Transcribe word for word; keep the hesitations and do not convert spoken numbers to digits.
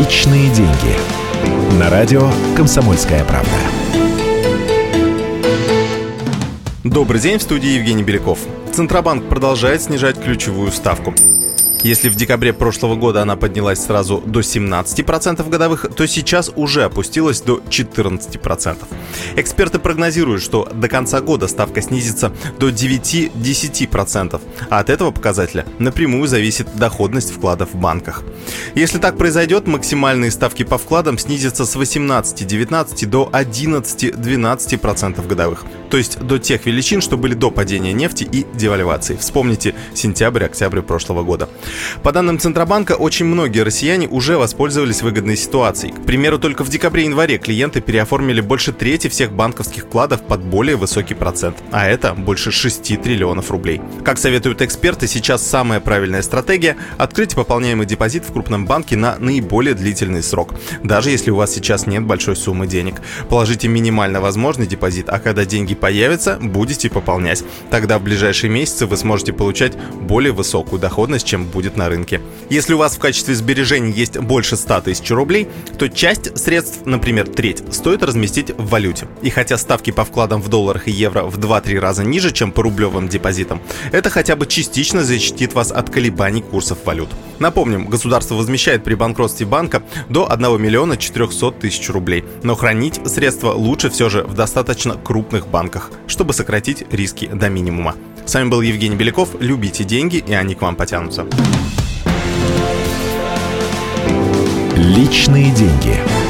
Личные деньги. На радио «Комсомольская правда». Добрый день, в студии Евгений Беляков. Центробанк продолжает снижать ключевую ставку. Если в декабре прошлого года она поднялась сразу до семнадцати процентов годовых, то сейчас уже опустилась до четырнадцати процентов. Эксперты прогнозируют, что до конца года ставка снизится до девяти-десяти процентов, а от этого показателя напрямую зависит доходность вкладов в банках. Если так произойдет, максимальные ставки по вкладам снизятся с восемнадцати-девятнадцати до одиннадцати-двенадцати процентов годовых, то есть до тех величин, что были до падения нефти и девальвации. Вспомните сентябрь-октябрь прошлого года. По данным Центробанка, очень многие россияне уже воспользовались выгодной ситуацией. К примеру, только в декабре-январе клиенты переоформили больше трети всех банковских вкладов под более высокий процент, а это больше шести триллионов рублей. Как советуют эксперты, сейчас самая правильная стратегия – открыть пополняемый депозит в крупном банке на наиболее длительный срок. Даже если у вас сейчас нет большой суммы денег. Положите минимально возможный депозит, а когда деньги появятся, будете пополнять. Тогда в ближайшие месяцы вы сможете получать более высокую доходность, чем будет будет на рынке. Если у вас в качестве сбережений есть больше ста тысяч рублей, то часть средств, например, треть, стоит разместить в валюте. И хотя ставки по вкладам в долларах и евро в два-три раза ниже, чем по рублевым депозитам, это хотя бы частично защитит вас от колебаний курсов валют. Напомним, государство возмещает при банкротстве банка до одного миллиона четырехсот тысяч рублей, но хранить средства лучше все же в достаточно крупных банках, чтобы сократить риски до минимума. С вами был Евгений Беляков. Любите деньги, и они к вам потянутся. Личные деньги.